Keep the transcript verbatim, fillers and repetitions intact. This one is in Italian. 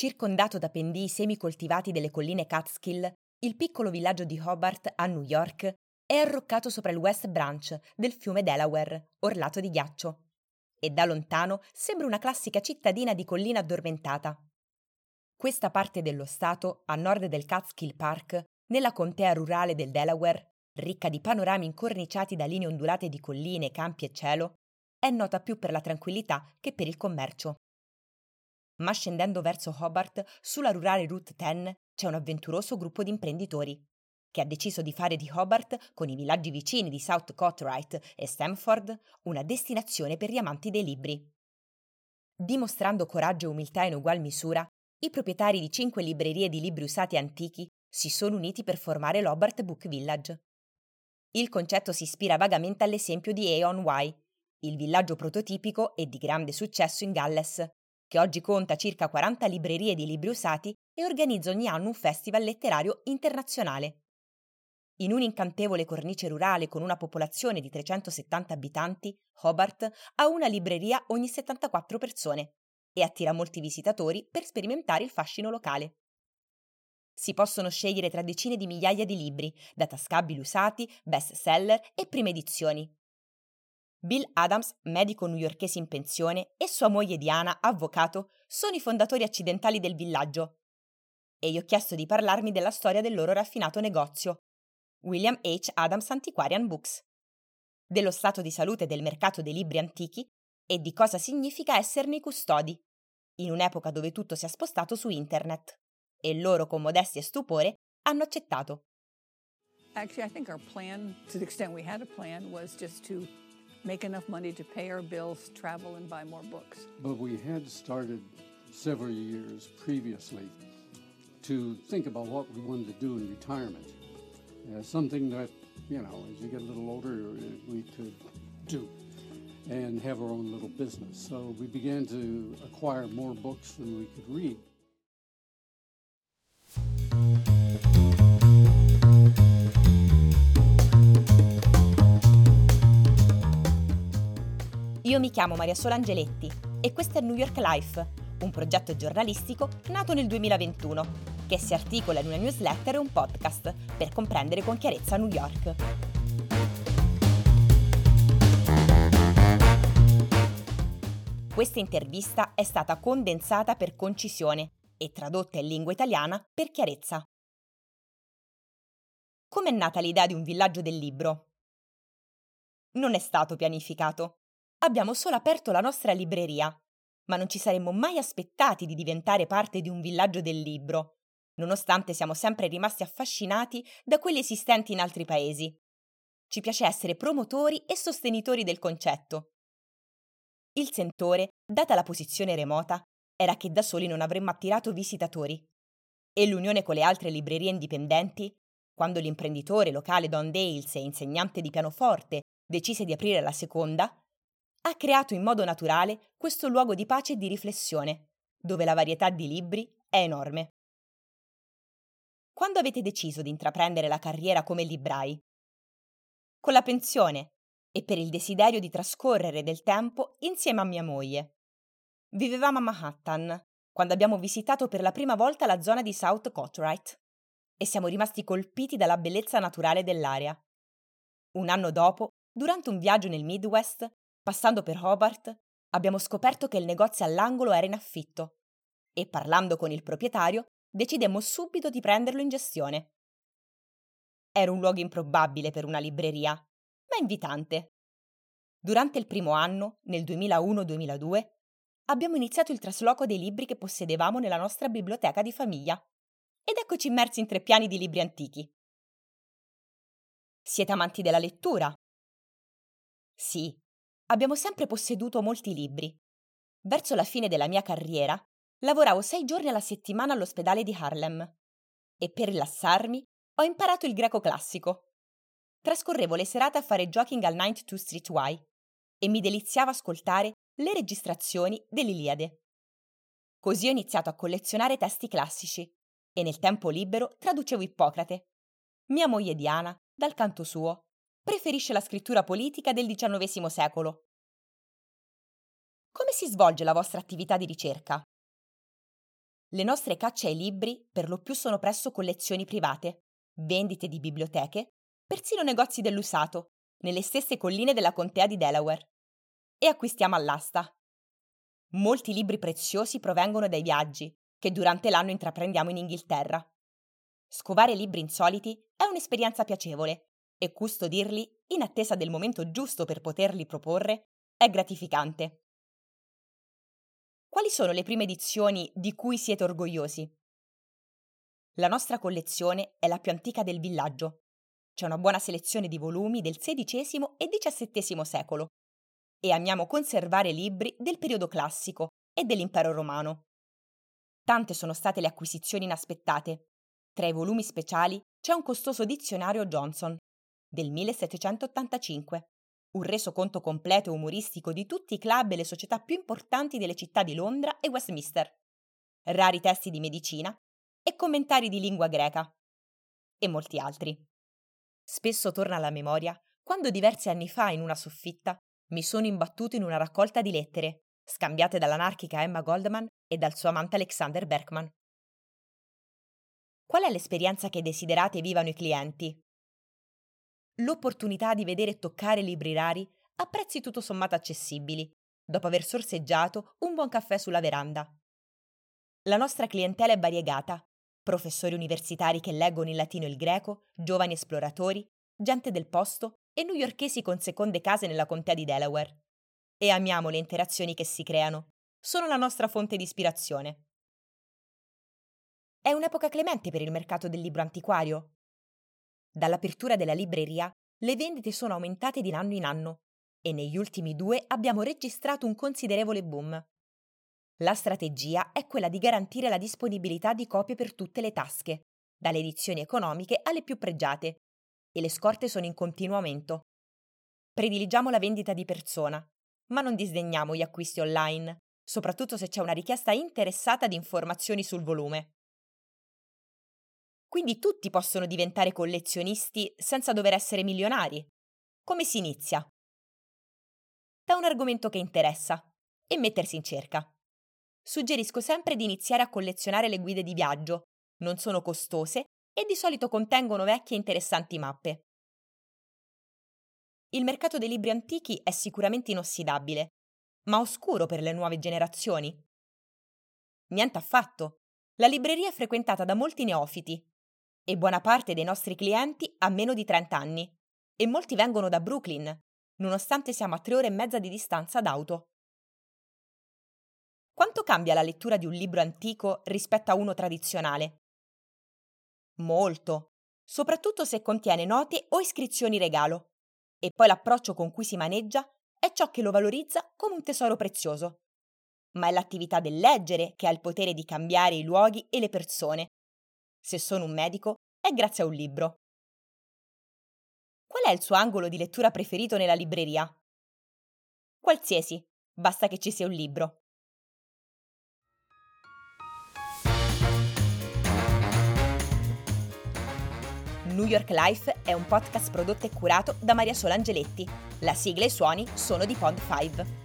Circondato da pendii semicoltivati delle colline Catskill, il piccolo villaggio di Hobart a New York è arroccato sopra il West Branch del fiume Delaware, orlato di ghiaccio. E da lontano sembra una classica cittadina di collina addormentata. Questa parte dello stato, a nord del Catskill Park, nella contea rurale del Delaware, ricca di panorami incorniciati da linee ondulate di colline, campi e cielo, è nota più per la tranquillità che per il commercio. Ma scendendo verso Hobart, sulla rurale Route dieci, c'è un avventuroso gruppo di imprenditori che ha deciso di fare di Hobart, con i villaggi vicini di South Cartwright e Stamford, una destinazione per gli amanti dei libri. Dimostrando coraggio e umiltà in ugual misura, i proprietari di cinque librerie di libri usati antichi si sono uniti per formare l'Hobart Book Village. Il concetto si ispira vagamente all'esempio di Hay-on-Wye, il villaggio prototipico e di grande successo in Galles, che oggi conta circa quaranta librerie di libri usati e organizza ogni anno un festival letterario internazionale. In un'incantevole cornice rurale con una popolazione di trecentosettanta abitanti, Hobart ha una libreria ogni settantaquattro persone e attira molti visitatori per sperimentare il fascino locale. Si possono scegliere tra decine di migliaia di libri, da tascabili usati, best seller e prime edizioni. Bill Adams, medico newyorkese in pensione, e sua moglie Diana, avvocato, sono i fondatori accidentali del villaggio. E gli ho chiesto di parlarmi della storia del loro raffinato negozio, William H. Adams Antiquarian Books, dello stato di salute del mercato dei libri antichi e di cosa significa esserne i custodi, in un'epoca dove tutto si è spostato su internet. E loro, con modestia e stupore, hanno accettato. Actually, I think our plan, to the extent we had a plan, was just to make enough money to pay our bills, travel, and buy more books. But we had started several years previously to think about what we wanted to do in retirement. Uh, something that, you know, as you get a little older, we could do and have our own little business. So we began to acquire more books than we could read. Io mi chiamo Maria Sola Angeletti e questo è New York Life, un progetto giornalistico nato nel duemilaventuno, che si articola in una newsletter e un podcast per comprendere con chiarezza New York. Questa intervista è stata condensata per concisione e tradotta in lingua italiana per chiarezza. Com'è nata l'idea di un villaggio del libro? Non è stato pianificato. Abbiamo solo aperto la nostra libreria, ma non ci saremmo mai aspettati di diventare parte di un villaggio del libro, nonostante siamo sempre rimasti affascinati da quelli esistenti in altri paesi. Ci piace essere promotori e sostenitori del concetto. Il sentore, data la posizione remota, era che da soli non avremmo attirato visitatori. E l'unione con le altre librerie indipendenti, quando l'imprenditore locale Don Dales e insegnante di pianoforte decise di aprire la seconda, ha creato in modo naturale questo luogo di pace e di riflessione, dove la varietà di libri è enorme. Quando avete deciso di intraprendere la carriera come librai? Con la pensione e per il desiderio di trascorrere del tempo insieme a mia moglie. Vivevamo a Manhattan, quando abbiamo visitato per la prima volta la zona di South Cartwright e siamo rimasti colpiti dalla bellezza naturale dell'area. Un anno dopo, durante un viaggio nel Midwest, passando per Hobart, abbiamo scoperto che il negozio all'angolo era in affitto e, parlando con il proprietario, decidemmo subito di prenderlo in gestione. Era un luogo improbabile per una libreria, ma invitante. Durante il primo anno, nel duemilauno duemiladue, abbiamo iniziato il trasloco dei libri che possedevamo nella nostra biblioteca di famiglia ed eccoci immersi in tre piani di libri antichi. Siete amanti della lettura? Sì. Abbiamo sempre posseduto molti libri. Verso la fine della mia carriera, lavoravo sei giorni alla settimana all'ospedale di Harlem e per rilassarmi ho imparato il greco classico. Trascorrevo le serate a fare jogging al novantadue Street Y e mi deliziava ascoltare le registrazioni dell'Iliade. Così ho iniziato a collezionare testi classici e nel tempo libero traducevo Ippocrate. Mia moglie Diana, dal canto suo, preferisce la scrittura politica del diciannovesimo secolo. Come si svolge la vostra attività di ricerca? Le nostre cacce ai libri per lo più sono presso collezioni private, vendite di biblioteche, persino negozi dell'usato, nelle stesse colline della contea di Delaware. E acquistiamo all'asta. Molti libri preziosi provengono dai viaggi che durante l'anno intraprendiamo in Inghilterra. Scovare libri insoliti è un'esperienza piacevole e custodirli, in attesa del momento giusto per poterli proporre, è gratificante. Quali sono le prime edizioni di cui siete orgogliosi? La nostra collezione è la più antica del villaggio. C'è una buona selezione di volumi del sedicesimo e diciassettesimo secolo e amiamo conservare libri del periodo classico e dell'impero romano. Tante sono state le acquisizioni inaspettate. Tra i volumi speciali c'è un costoso dizionario Johnson del millesettecentottantacinque, un resoconto completo e umoristico di tutti i club e le società più importanti delle città di Londra e Westminster, rari testi di medicina e commentari di lingua greca, e molti altri. Spesso torna alla memoria quando diversi anni fa in una soffitta mi sono imbattuto in una raccolta di lettere, scambiate dall'anarchica Emma Goldman e dal suo amante Alexander Berkman. Qual è l'esperienza che desiderate vivano i clienti? L'opportunità di vedere e toccare libri rari a prezzi tutto sommato accessibili, dopo aver sorseggiato un buon caffè sulla veranda. La nostra clientela è variegata: professori universitari che leggono il latino e il greco, giovani esploratori, gente del posto e newyorkesi con seconde case nella contea di Delaware. E amiamo le interazioni che si creano. Sono la nostra fonte di ispirazione. È un'epoca clemente per il mercato del libro antiquario. Dall'apertura della libreria, le vendite sono aumentate di anno in anno e negli ultimi due abbiamo registrato un considerevole boom. La strategia è quella di garantire la disponibilità di copie per tutte le tasche, dalle edizioni economiche alle più pregiate, e le scorte sono in continuo aumento. Prediligiamo la vendita di persona, ma non disdegniamo gli acquisti online, soprattutto se c'è una richiesta interessata di informazioni sul volume. Quindi tutti possono diventare collezionisti senza dover essere milionari. Come si inizia? Da un argomento che interessa e mettersi in cerca. Suggerisco sempre di iniziare a collezionare le guide di viaggio. Non sono costose e di solito contengono vecchie e interessanti mappe. Il mercato dei libri antichi è sicuramente inossidabile, ma oscuro per le nuove generazioni. Niente affatto. La libreria è frequentata da molti neofiti e buona parte dei nostri clienti ha meno di trenta anni e molti vengono da Brooklyn, nonostante siamo a tre ore e mezza di distanza d'auto. Quanto cambia la lettura di un libro antico rispetto a uno tradizionale? Molto, soprattutto se contiene note o iscrizioni regalo, e poi l'approccio con cui si maneggia è ciò che lo valorizza come un tesoro prezioso. Ma è l'attività del leggere che ha il potere di cambiare i luoghi e le persone. Se sono un medico, è grazie a un libro. Qual è il suo angolo di lettura preferito nella libreria? Qualsiasi, basta che ci sia un libro. New York Life è un podcast prodotto e curato da Maria Sola Angeletti. La sigla e i suoni sono di Pod cinque.